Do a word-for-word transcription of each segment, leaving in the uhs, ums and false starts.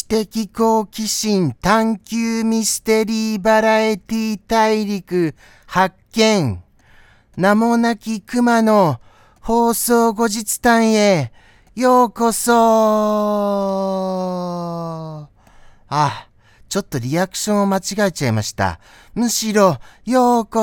的好奇心探求ミステリーバラエティ大陸発見。名もなき熊の放送後日談へようこそ。あ、ちょっとリアクションを間違えちゃいました。むしろようこ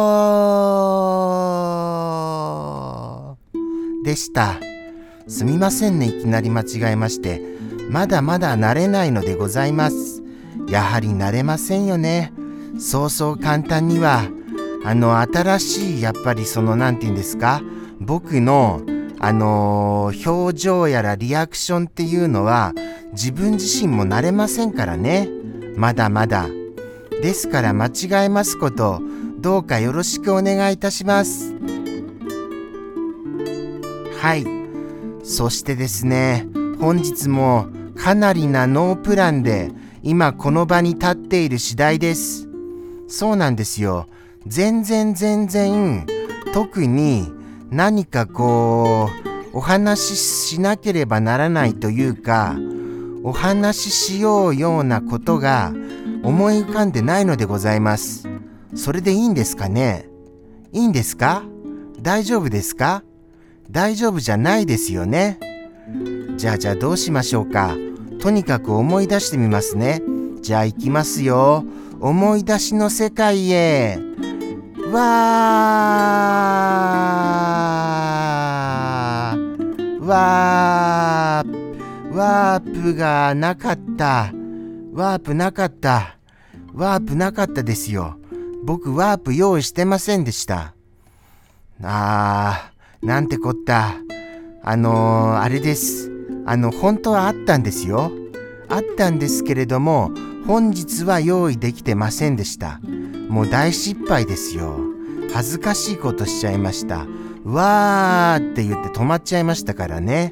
そでした。すみませんね、いきなり間違えまして。まだまだ慣れないのでございます。やはり慣れませんよね。そうそう簡単には。あの、新しい、やっぱりその、なんて言うんですか、僕の、あのー、表情やらリアクションっていうのは、自分自身も慣れませんからね。まだまだ。ですから間違えますこと、どうかよろしくお願いいたします。はい。そしてですね、本日もかなりなノープランで今この場に立っている次第です。そうなんですよ。全然全然特に何かこうお話ししなければならないというか、お話ししようようなことが思い浮かんでないのでございます。それでいいんですかね？いいんですか？大丈夫ですか？大丈夫じゃないですよね。じゃあじゃあどうしましょうか。とにかく思い出してみますね。じゃあ行きますよ。思い出しの世界へ。わーわーワープがなかった。ワープなかった。ワープなかったですよ。僕ワープ用意してませんでした。あー、なんてこった。あのー、あれです。あの、本当はあったんですよ。あったんですけれども、本日は用意できてませんでした。もう大失敗ですよ。恥ずかしいことしちゃいました。わーって言って止まっちゃいましたからね。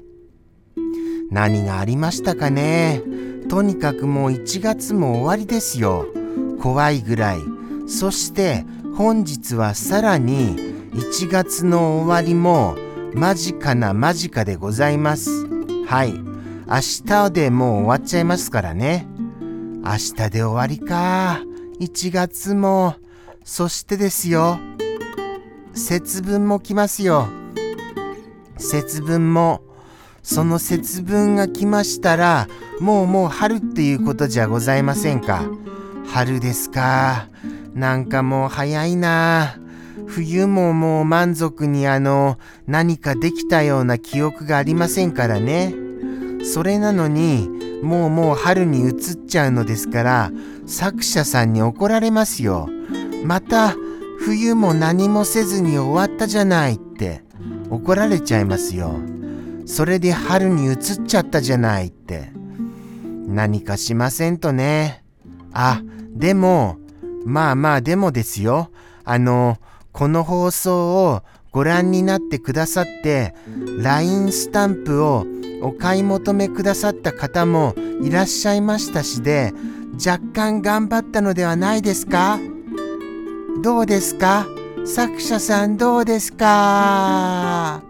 何がありましたかね。とにかくもういちがつも終わりですよ。怖いぐらい。そして本日はさらにいちがつの終わりも間近な間近でございます。はい。明日でもう終わっちゃいますからね。明日で終わりか。いちがつも。そしてですよ。節分も来ますよ。節分も。その節分が来ましたら、もうもう春っていうことじゃございませんか。春ですか。なんかもう早いな。冬ももう満足にあの何かできたような記憶がありませんからね。それなのにもうもう春に移っちゃうのですから、作者さんに怒られますよ。また冬も何もせずに終わったじゃないって怒られちゃいますよ。それで春に移っちゃったじゃないって何かしませんとね。あ、でもまあまあでもですよ。あのこの放送をご覧になってくださって ライン スタンプをお買い求めくださった方もいらっしゃいましたしで、若干頑張ったのではないですか？どうですか？作者さんどうですか？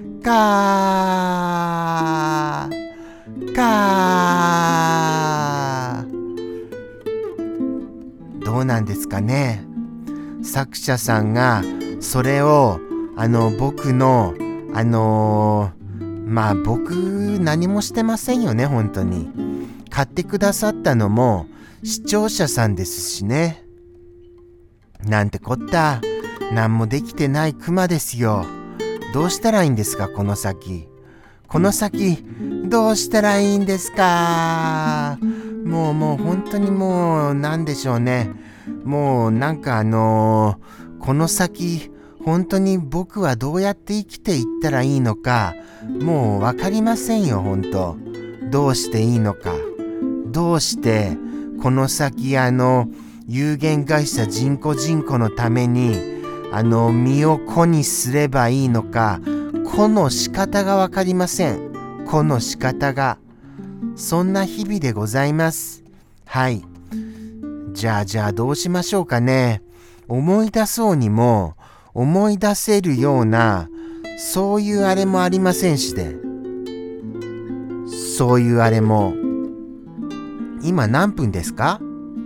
かーかーどうなんですかね。作者さんがそれをあの僕のあのー、まあ僕何もしてませんよね。本当に買ってくださったのも視聴者さんですしね。なんてこった。何もできてないクマですよ。どうしたらいいんですかこの先。この先どうしたらいいんですか。もうもう本当にもうなんでしょうね。もうなんかあのー、この先本当に僕はどうやって生きていったらいいのかもうわかりませんよ。本当どうしていいのか、どうしてこの先あの有限会社人工人口のためにあの身を粉にすればいいのか、この仕方がわかりません。この仕方が。そんな日々でございます。はい。じゃあじゃあどうしましょうかね。思い出そうにも思い出せるようなそういうあれもありませんしで。そういうあれも今何分ですか？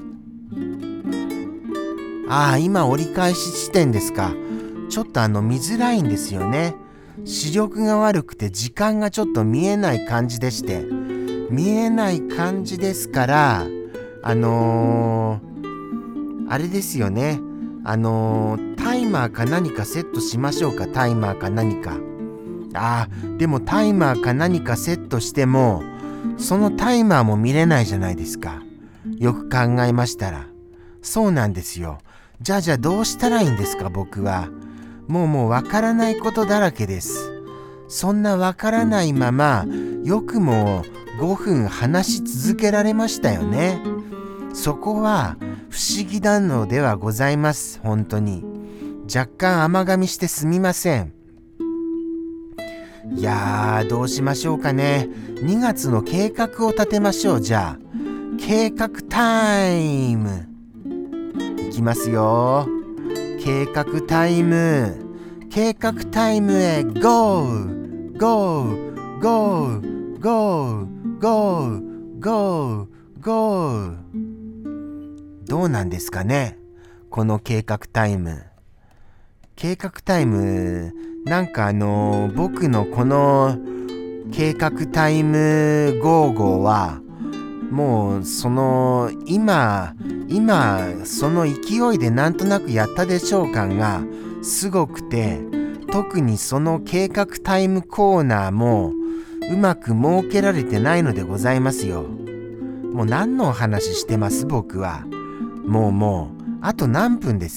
ああ、今折り返し地点ですか。ちょっとあの見づらいんですよね。視力が悪くて時間がちょっと見えない感じでして、見えない感じですから、あのー、あれですよね。あのー、タイマーか何かセットしましょうか。タイマーか何か。ああ、でもタイマーか何かセットしても、そのタイマーも見れないじゃないですか。よく考えましたら。そうなんですよ。じゃあじゃあどうしたらいいんですか、僕は。もうもうわからないことだらけです。そんなわからないまま、よくもごふん話し続けられましたよね。そこは不思議なのではございます。本当に。若干甘噛みしてすみません。いやー、どうしましょうかね。にがつの計画を立てましょう。じゃあ計画タイムいきますよ。計画タイム計画タイムへ ゴー ゴー ゴー ゴー ゴー ゴー ゴー。どうなんですかね、この計画タイム。計画タイム、なんかあのー、僕のこの計画タイムゴーゴーはもうその今今その勢いでなんとなくやったでしょう感がすごくて、特にその計画タイムコーナーもうまく設けられてないのでございますよ。もう何のお話してます僕は。もうもうあと何分です？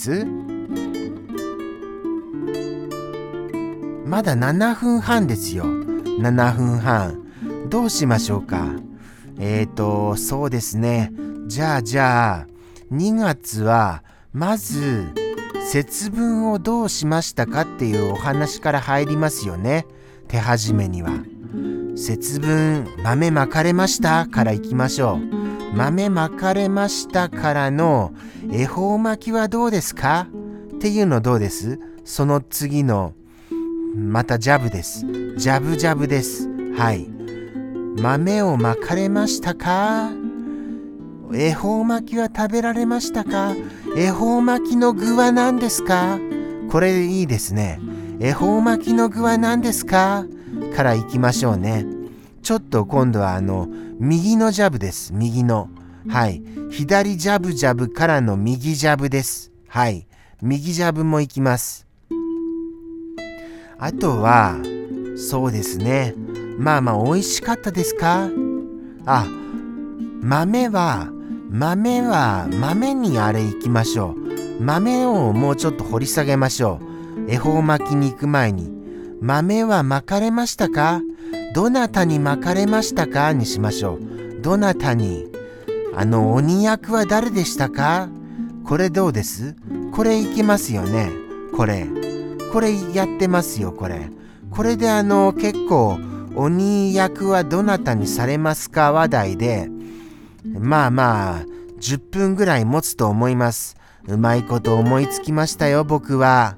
まだななふんはんですよ。ななふんはん。どうしましょうか。えーとそうですね。じゃあじゃあにがつはまず節分をどうしましたかっていうお話から入りますよね。手始めには節分豆まかれましたからいきましょう。豆まかれましたからの恵方巻きはどうですかっていうのどうです？その次のまたジャブです。ジャブジャブです。はい。豆をまかれましたか？恵方巻きは食べられましたか？恵方巻きの具は何ですか？これいいですね。恵方巻きの具は何ですか？からいきましょうね。ちょっと今度はあの右のジャブです。右の。はい。左ジャブジャブからの右ジャブです。はい。右ジャブもいきます。あとはそうですね。まあまあ美味しかったですか？あ、豆は豆は豆にあれいきましょう。豆をもうちょっと掘り下げましょう。恵方巻きに行く前に豆はまかれましたか？どなたにまかれましたかにしましょう。どなたに。あの鬼役は誰でしたか？これどうです？これいけますよね。これこれやってますよ。これこれであの結構鬼役はどなたにされますか話題で、まあまあじゅっぷんぐらい持つと思います。うまいこと思いつきましたよ僕は。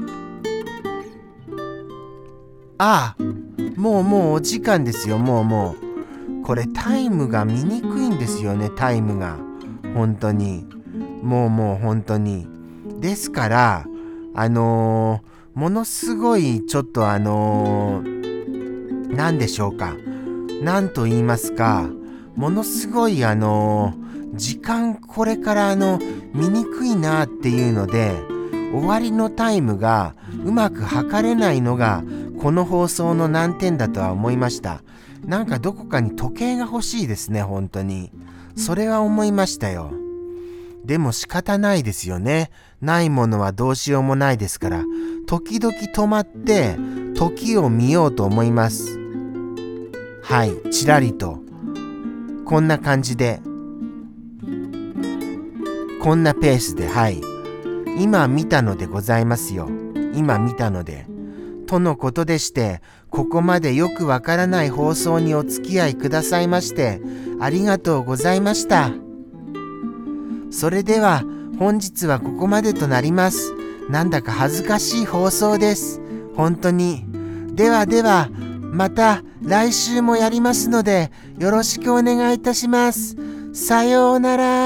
ああ、もうもうお時間ですよ。もうもうこれタイムが見にくいんですよね。タイムが本当にもうもう本当にですからあのー、ものすごいちょっとあのー、何でしょうか、何と言いますか、ものすごいあのー、時間これからあの見にくいなっていうので終わりのタイムがうまく測れないのがこの放送の難点だとは思いました。なんかどこかに時計が欲しいですね。本当にそれは思いましたよ。でも仕方ないですよね。ないものはどうしようもないですから、時々止まって時を見ようと思います。はい、ちらりとこんな感じで、こんなペースで、はい、今見たのでございますよ。今見たのでとのことでして、ここまでよくわからない放送にお付き合いくださいましてありがとうございました。それでは本日はここまでとなります。なんだか恥ずかしい放送です。本当に。ではではまた来週もやりますのでよろしくお願いいたします。 さようなら。